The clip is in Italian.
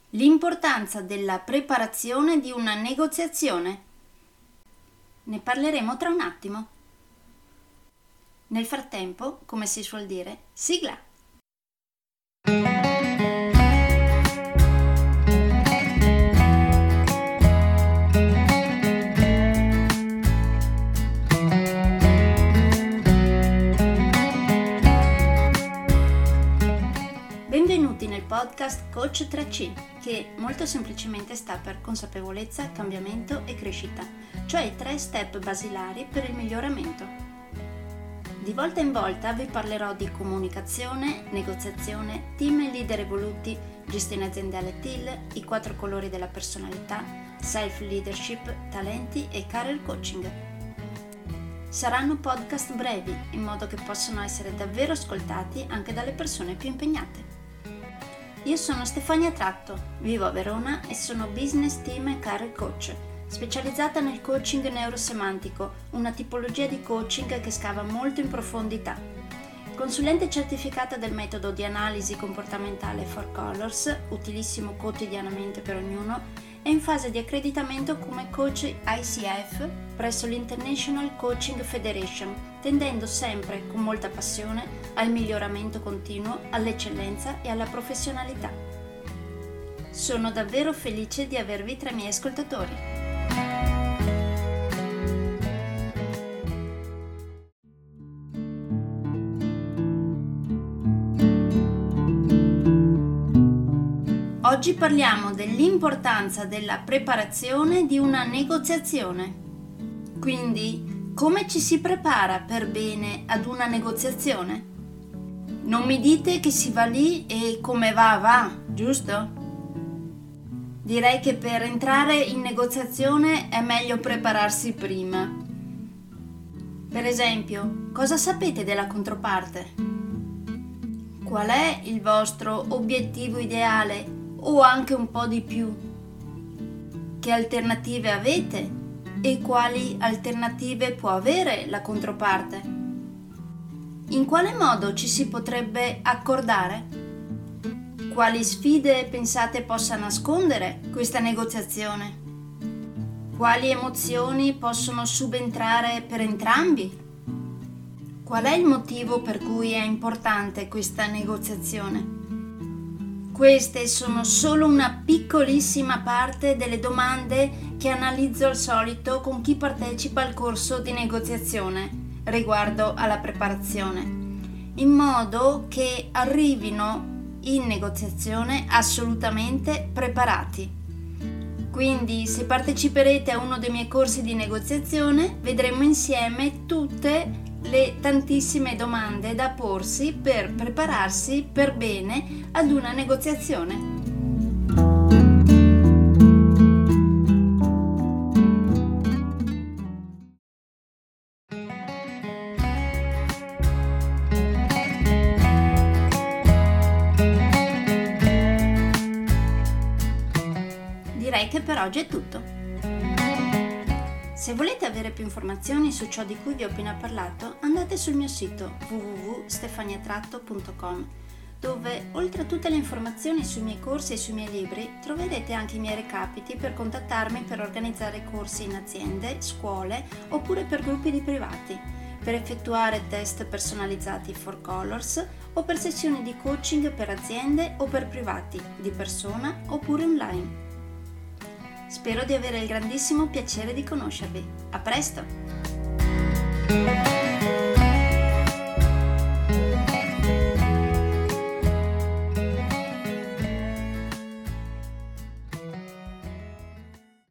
L'importanza della preparazione di una negoziazione. Ne parleremo tra un attimo. Nel frattempo, come si suol dire, sigla! Benvenuti nel podcast Coach 3C, che molto semplicemente sta per consapevolezza, cambiamento e crescita, cioè i 3 step basilari per il miglioramento. Di volta in volta vi parlerò di comunicazione, negoziazione, team e leader evoluti, gestione aziendale TIL, i 4 colori della personalità, self-leadership, talenti e career coaching. Saranno podcast brevi, in modo che possano essere davvero ascoltati anche dalle persone più impegnate. Io sono Stefania Tratto, vivo a Verona e sono business team e career coach, specializzata nel coaching neurosemantico, una tipologia di coaching che scava molto in profondità. Consulente certificata del metodo di analisi comportamentale 4Colors, utilissimo quotidianamente per ognuno, e in fase di accreditamento come coach ICF presso l'International Coaching Federation, tendendo sempre con molta passione al miglioramento continuo, all'eccellenza e alla professionalità. Sono davvero felice di avervi tra i miei ascoltatori. Oggi parliamo dell'importanza della preparazione di una negoziazione. Quindi, come ci si prepara per bene ad una negoziazione? Non mi dite che si va lì e come va, giusto? Direi che per entrare in negoziazione è meglio prepararsi prima. Per esempio, cosa sapete della controparte? Qual è il vostro obiettivo ideale? O anche un po' di più. Che alternative avete e quali alternative può avere la controparte? In quale modo ci si potrebbe accordare? Quali sfide pensate possa nascondere questa negoziazione? Quali emozioni possono subentrare per entrambi? Qual è il motivo per cui è importante questa negoziazione? Queste sono solo una piccolissima parte delle domande che analizzo al solito con chi partecipa al corso di negoziazione riguardo alla preparazione, in modo che arrivino in negoziazione assolutamente preparati. Quindi, se parteciperete a uno dei miei corsi di negoziazione, vedremo insieme tutte le tantissime domande da porsi per prepararsi per bene ad una negoziazione. Direi che per oggi è tutto. Se volete avere più informazioni su ciò di cui vi ho appena parlato, andate sul mio sito www.stefaniatratto.com, dove oltre a tutte le informazioni sui miei corsi e sui miei libri troverete anche i miei recapiti per contattarmi per organizzare corsi in aziende, scuole oppure per gruppi di privati, per effettuare test personalizzati 4Colors o per sessioni di coaching per aziende o per privati, di persona oppure online. Spero di avere il grandissimo piacere di conoscervi. A presto!